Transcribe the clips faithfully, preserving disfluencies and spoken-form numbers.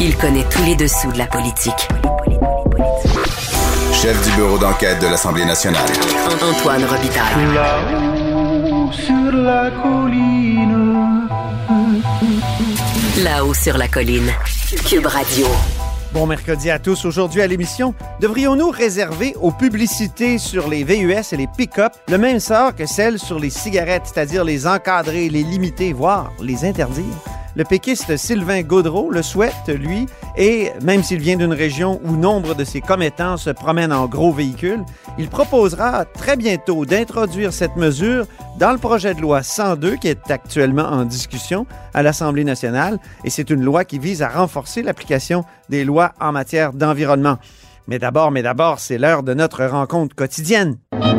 Il connaît tous les dessous de la politique. Chef du bureau d'enquête de l'Assemblée nationale. Antoine Robitaille. Là-haut sur la colline. Là-haut sur la colline. Cube Radio. Bon mercredi à tous. Aujourd'hui à l'émission, devrions-nous réserver aux publicités sur les V U S et les pick-up le même sort que celles sur les cigarettes, c'est-à-dire les encadrer, les limiter, voire les interdire? Le péquiste Sylvain Gaudreault le souhaite, lui, et même s'il vient d'une région où nombre de ses commettants se promènent en gros véhicules, il proposera très bientôt d'introduire cette mesure dans le projet de loi cent deux qui est actuellement en discussion à l'Assemblée nationale, et c'est une loi qui vise à renforcer l'application des lois en matière d'environnement. Mais d'abord, mais d'abord, c'est l'heure de notre rencontre quotidienne.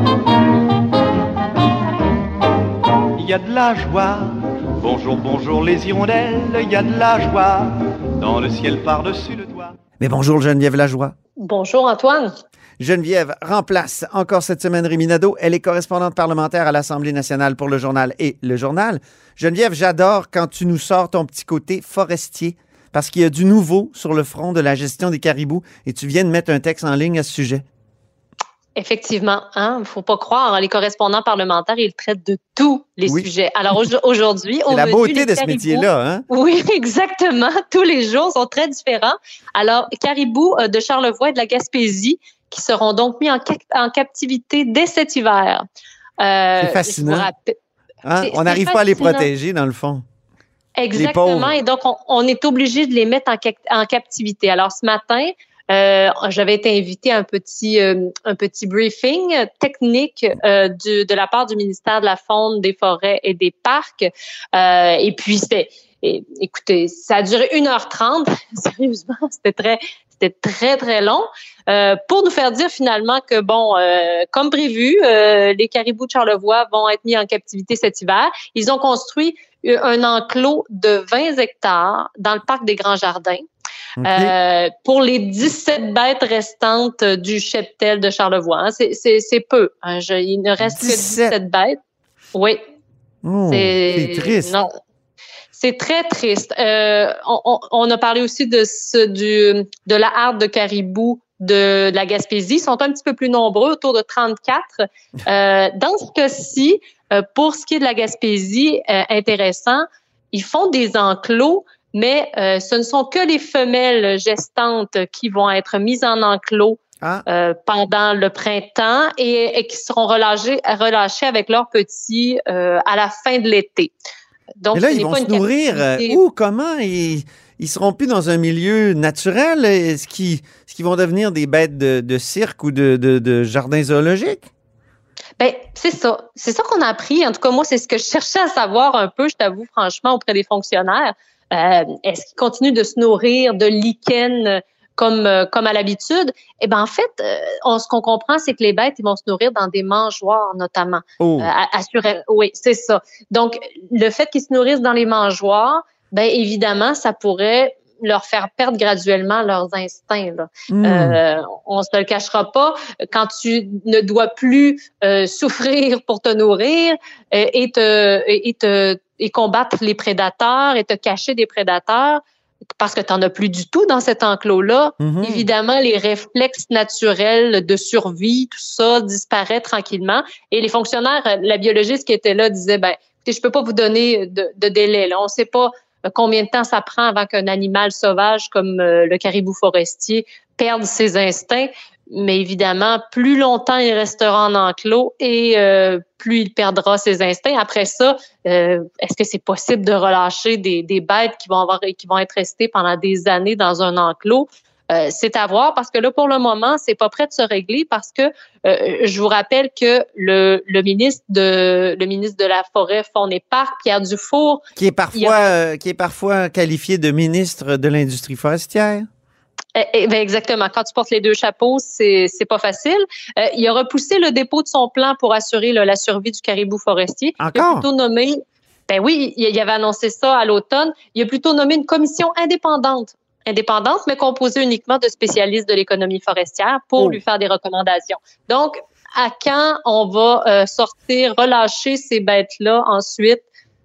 Il y a de la joie. Bonjour, bonjour les hirondelles, il y a de la joie dans le ciel par-dessus le toit. Mais bonjour Geneviève Lajoie. Bonjour Antoine. Geneviève remplace encore cette semaine Rémi Nadeau. Elle est correspondante parlementaire à l'Assemblée nationale pour Le Journal et Le Journal. Geneviève, j'adore quand tu nous sors ton petit côté forestier parce qu'il y a du nouveau sur le front de la gestion des caribous et tu viens de mettre un texte en ligne à ce sujet. Effectivement, hein, faut pas croire, les correspondants parlementaires, ils traitent de tous les oui. sujets. Alors aujourd'hui, on c'est la beauté de caribous, ce métier-là, hein? Oui, exactement. Tous les jours sont très différents. Alors, caribous de Charlevoix et de la Gaspésie qui seront donc mis en, ca- en captivité dès cet hiver. Euh, c'est fascinant. Rappelle... Hein? C'est, on n'arrive pas à les protéger, dans le fond. Exactement. Et donc, on, on est obligé de les mettre en, ca- en captivité. Alors, ce matin, Euh, j'avais été invitée à un petit euh, un petit briefing technique euh, du, de la part du ministère de la Faune, des Forêts et des Parcs. Euh, et puis c'était, et, écoutez, ça a duré une heure trente. Sérieusement, c'était très c'était très très long euh, pour nous faire dire finalement que bon, euh, comme prévu, euh, les caribous de Charlevoix vont être mis en captivité cet hiver. Ils ont construit un enclos de vingt hectares dans le parc des Grands Jardins. Okay. Euh, pour les dix-sept bêtes restantes du cheptel de Charlevoix. Hein. C'est, c'est, c'est peu. Hein. Je, il ne reste dix-sept. Que dix-sept bêtes. Oui. Oh, c'est, c'est triste. Non, c'est très triste. Euh, on, on a parlé aussi de, ce, du, de la harde de caribou de, de la Gaspésie. Ils sont un petit peu plus nombreux, autour de trente-quatre. Euh, dans ce cas-ci, euh, pour ce qui est de la Gaspésie, euh, intéressant, ils font des enclos. Mais euh, ce ne sont que les femelles gestantes qui vont être mises en enclos ah. euh, pendant le printemps et, et qui seront relâchées, relâchées avec leurs petits euh, à la fin de l'été. Donc, mais là, ils vont se nourrir capacité... où? Comment? Ils, ils seront plus dans un milieu naturel? Est-ce qu'ils, est-ce qu'ils vont devenir des bêtes de, de cirque ou de, de, de jardin zoologique? Ben, c'est ça. C'est ça qu'on a appris. En tout cas, moi, c'est ce que je cherchais à savoir un peu, je t'avoue, franchement, auprès des fonctionnaires. Euh, est-ce qu'ils continuent de se nourrir de lichen comme euh, comme à l'habitude? Eh ben en fait, euh, on, ce qu'on comprend, c'est que les bêtes, ils vont se nourrir dans des mangeoires notamment. Oh. Euh, assuré, oui, c'est ça. Donc, le fait qu'ils se nourrissent dans les mangeoires, ben évidemment, ça pourrait leur faire perdre graduellement leurs instincts. Là. Mmh. Euh, on se le cachera pas. Quand tu ne dois plus euh, souffrir pour te nourrir euh, et te et te et combattre les prédateurs et te cacher des prédateurs parce que tu n'en as plus du tout dans cet enclos-là, mm-hmm. évidemment, les réflexes naturels de survie, tout ça disparaît tranquillement. Et les fonctionnaires, la biologiste qui était là disait, ben, écoutez, je peux pas vous donner de, de délai. Là. On ne sait pas combien de temps ça prend avant qu'un animal sauvage comme euh, le caribou forestier perde ses instincts. Mais évidemment, plus longtemps il restera en enclos et euh, plus il perdra ses instincts. Après ça, euh, est-ce que c'est possible de relâcher des, des bêtes qui vont avoir, qui vont être restées pendant des années dans un enclos? Euh, c'est à voir parce que là, pour le moment, c'est pas prêt de se régler parce que euh, je vous rappelle que le, le ministre de le ministre de la Forêt, Faune et Parcs, Pierre Dufour, qui est parfois a... euh, qui est parfois qualifié de ministre de l'industrie forestière. Eh, eh, ben exactement. Quand tu portes les deux chapeaux, c'est c'est pas facile. Euh, il a repoussé le dépôt de son plan pour assurer là, la survie du caribou forestier. Encore? Il a plutôt nommé, ben oui, il avait annoncé ça à l'automne. Il a plutôt nommé une commission indépendante, indépendante, mais composée uniquement de spécialistes de l'économie forestière pour oh. lui faire des recommandations. Donc, à quand on va euh, sortir, relâcher ces bêtes-là ensuite?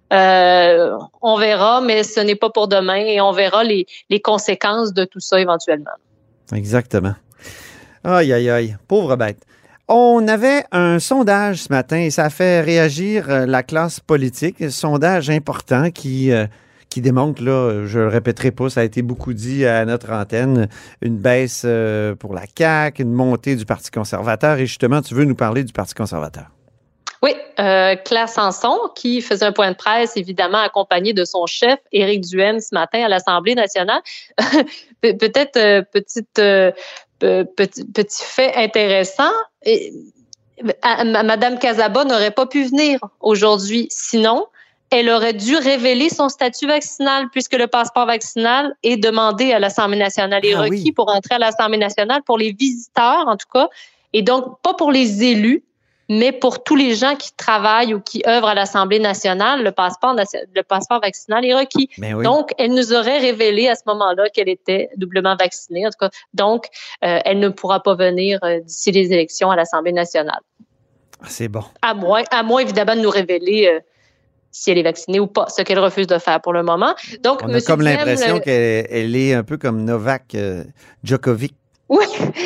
Euh, on verra, mais ce n'est pas pour demain et on verra les, les conséquences de tout ça éventuellement. Exactement. Aïe, aïe, aïe. Pauvre bête. On avait un sondage ce matin et ça a fait réagir la classe politique. Un sondage important qui, euh, qui démontre, là, je le répéterai pas, ça a été beaucoup dit à notre antenne, une baisse euh, pour la C A Q, une montée du Parti conservateur. Et justement, tu veux nous parler du Parti conservateur. Oui, euh, Claire Sanson, qui faisait un point de presse, évidemment, accompagné de son chef, Éric Duhaime, ce matin à l'Assemblée nationale. Pe- peut-être euh, petite, euh, petit, petit fait intéressant. Et, à, à, Madame Casaba n'aurait pas pu venir aujourd'hui. Sinon, elle aurait dû révéler son statut vaccinal puisque le passeport vaccinal est demandé à l'Assemblée nationale et ah, requis oui. pour entrer à l'Assemblée nationale pour les visiteurs, en tout cas, et donc pas pour les élus. Mais pour tous les gens qui travaillent ou qui œuvrent à l'Assemblée nationale, le passeport, le passeport vaccinal est requis. Oui. Donc, elle nous aurait révélé à ce moment-là qu'elle était doublement vaccinée. En tout cas, donc, euh, elle ne pourra pas venir euh, d'ici les élections à l'Assemblée nationale. C'est bon. À moins, à moins évidemment, de nous révéler euh, si elle est vaccinée ou pas, ce qu'elle refuse de faire pour le moment. Donc, on a comme Duhaime, l'impression euh, qu'elle elle est un peu comme Novak euh, Djokovic. Oui,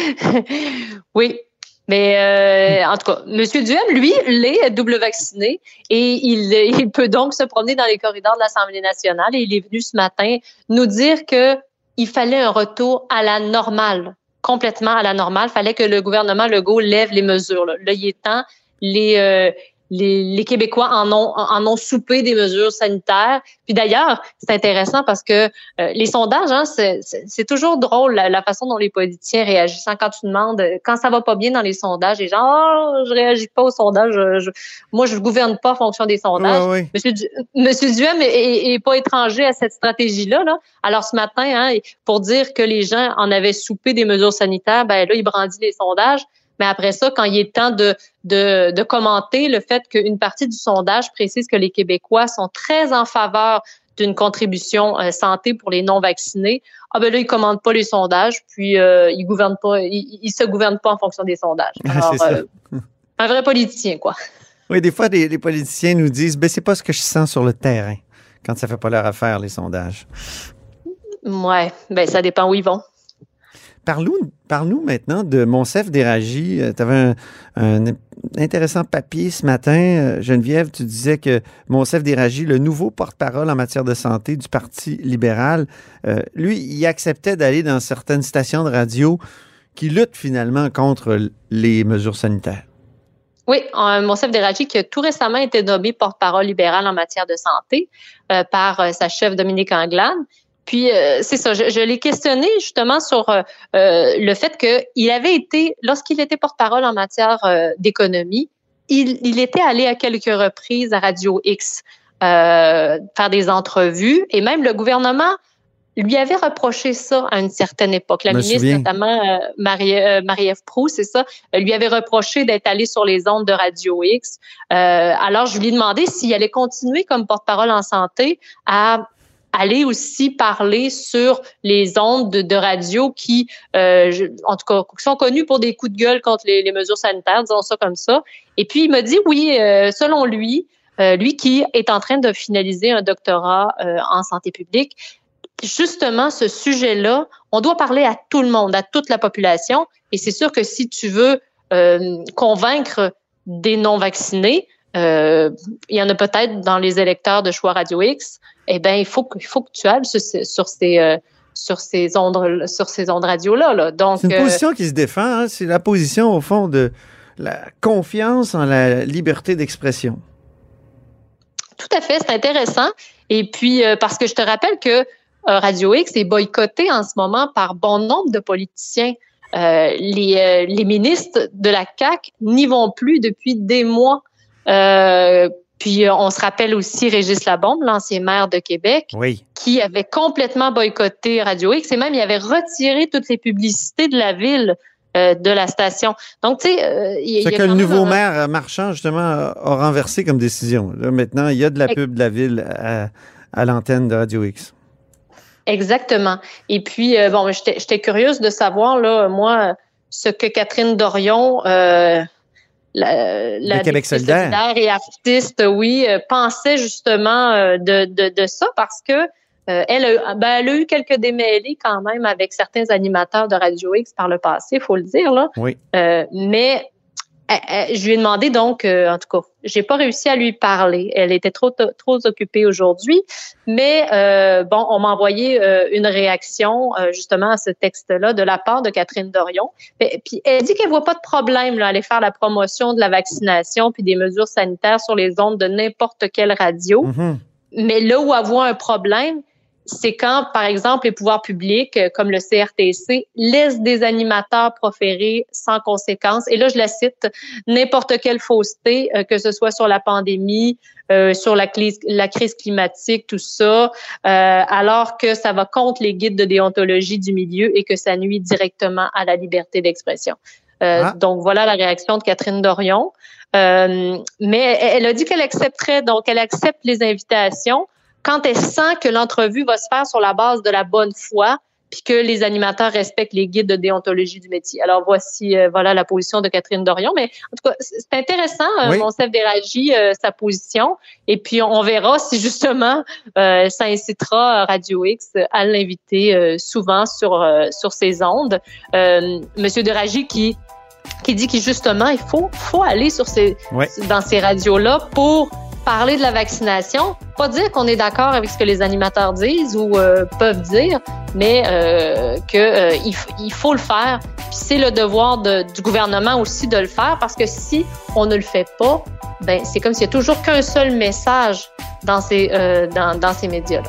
oui. Mais euh, en tout cas, M. Duhaime, lui, l'est double vacciné et il, il peut donc se promener dans les corridors de l'Assemblée nationale et il est venu ce matin nous dire que il fallait un retour à la normale, complètement à la normale. Il fallait que le gouvernement Legault lève les mesures. Là, là il est temps. Les, euh, les, les Québécois en ont, en ont soupé des mesures sanitaires. Puis d'ailleurs, c'est intéressant parce que euh, les sondages, hein, c'est, c'est, c'est toujours drôle la, la façon dont les politiciens réagissent. Quand tu demandes, quand ça va pas bien dans les sondages, les gens, oh, je réagis pas aux sondages, je, je, moi je gouverne pas en fonction des sondages. Oui, oui. Monsieur, du, Monsieur Duhaime est, est, est pas étranger à cette stratégie-là. Là. Alors ce matin, hein, pour dire que les gens en avaient soupé des mesures sanitaires, ben là il brandit les sondages. Mais après ça, quand il est temps de, de, de commenter le fait qu'une partie du sondage précise que les Québécois sont très en faveur d'une contribution euh, santé pour les non-vaccinés, ah ben là, il commande pas les sondages, puis euh, il gouverne pas, il, il se gouverne pas en fonction des sondages. Alors, c'est ça. Euh, un vrai politicien, quoi. Oui, des fois, les, les politiciens nous disent, ben c'est pas ce que je sens sur le terrain quand ça fait pas leur affaire, les sondages. Ouais, ben ça dépend où ils vont. Parle-nous, parle-nous maintenant de Monsef Déragi. Tu avais un, un intéressant papier ce matin. Geneviève, tu disais que Monsef Déragi, le nouveau porte-parole en matière de santé du Parti libéral, euh, lui, il acceptait d'aller dans certaines stations de radio qui luttent finalement contre les mesures sanitaires. Oui, Monsef Déragi qui a tout récemment été nommé porte-parole libéral en matière de santé euh, par euh, sa chef Dominique Anglade. Puis, euh, c'est ça, je, je l'ai questionné justement sur euh, le fait qu'il avait été, lorsqu'il était porte-parole en matière euh, d'économie, il, il était allé à quelques reprises à Radio X euh, faire des entrevues et même le gouvernement lui avait reproché ça à une certaine époque. La ministre, souviens. notamment euh, Marie, euh, Marie-Ève Proulx, c'est ça, lui avait reproché d'être allé sur les ondes de Radio X. Euh, alors, je lui ai demandé s'il allait continuer comme porte-parole en santé à aller aussi parler sur les ondes de, de radio qui, euh, je, en tout cas, sont connues pour des coups de gueule contre les, les mesures sanitaires, disons ça comme ça. Et puis, il m'a dit, oui, euh, selon lui, euh, lui qui est en train de finaliser un doctorat euh, en santé publique, justement, ce sujet-là, on doit parler à tout le monde, à toute la population. Et c'est sûr que si tu veux euh, convaincre des non-vaccinés, euh, il y en a peut-être dans les électeurs de Choix Radio X, eh bien, il faut que, il faut que tu ailles sur, sur ces, euh, sur ces ondes, sur ces ondes radio-là. Là. Donc, c'est une position euh, qui se défend. Hein? C'est la position, au fond, de la confiance en la liberté d'expression. Tout à fait, c'est intéressant. Et puis, euh, parce que je te rappelle que euh, Radio X est boycotté en ce moment par bon nombre de politiciens. Euh, les, euh, les ministres de la C A Q n'y vont plus depuis des mois. Euh, Puis, on se rappelle aussi Régis Labombe, l'ancien maire de Québec, oui. qui avait complètement boycotté Radio X et même il avait retiré toutes les publicités de la ville euh, de la station. Donc, tu sais... Euh, il C'est y a que le nouveau un... maire Marchand, justement, a, a renversé comme décision. Là, maintenant, il y a de la pub de la ville à, à l'antenne de Radio X. Exactement. Et puis, euh, bon, j'étais, j'étais curieuse de savoir, là, moi, ce que Catherine Dorion... Euh, la, la Québec solidaire. solidaire et artiste, oui, euh, pensait justement euh, de, de, de ça parce que euh, elle, a, ben, elle a eu quelques démêlés quand même avec certains animateurs de Radio X par le passé, il faut le dire, là. Oui. Euh, mais euh, euh, je lui ai demandé donc, euh, en tout cas, j'ai pas réussi à lui parler. Elle était trop trop occupée aujourd'hui, mais euh, bon, on m'a envoyé euh, une réaction euh, justement à ce texte-là de la part de Catherine Dorion. Et, puis elle dit qu'elle voit pas de problème là, à aller faire la promotion de la vaccination puis des mesures sanitaires sur les ondes de n'importe quelle radio. Mm-hmm. Mais là où elle voit un problème, c'est quand, par exemple, les pouvoirs publics, comme le C R T C, laissent des animateurs proférer sans conséquence. Et là, je la cite, n'importe quelle fausseté, euh, que ce soit sur la pandémie, euh, sur la, cli- la crise climatique, tout ça, euh, alors que ça va contre les guides de déontologie du milieu et que ça nuit directement à la liberté d'expression. Euh, ah. Donc, voilà la réaction de Catherine Dorion. Euh, mais elle a dit qu'elle accepterait, donc elle accepte les invitations quand elle sent que l'entrevue va se faire sur la base de la bonne foi puis que les animateurs respectent les guides de déontologie du métier. Alors, voici euh, voilà la position de Catherine Dorion. Mais en tout cas, c'est intéressant, euh, oui. Monsef Déragi, euh, sa position. Et puis, on verra si justement euh, ça incitera Radio X à l'inviter euh, souvent sur, euh, sur ses ondes. Euh, Monsieur Déragi qui qui dit que justement, il faut, faut aller sur ces, oui. dans ces radios-là pour parler de la vaccination, pas dire qu'on est d'accord avec ce que les animateurs disent ou euh, peuvent dire, mais euh, que euh, il, il faut le faire. Puis c'est le devoir de, du gouvernement aussi de le faire parce que si on ne le fait pas, ben c'est comme s'il y a toujours qu'un seul message dans ces euh, dans, dans ces médias-là.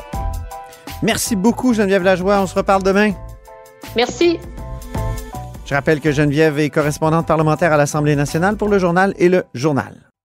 Merci beaucoup Geneviève Lajoie. On se reparle demain. Merci. Je rappelle que Geneviève est correspondante parlementaire à l'Assemblée nationale pour Le Journal et Le Journal.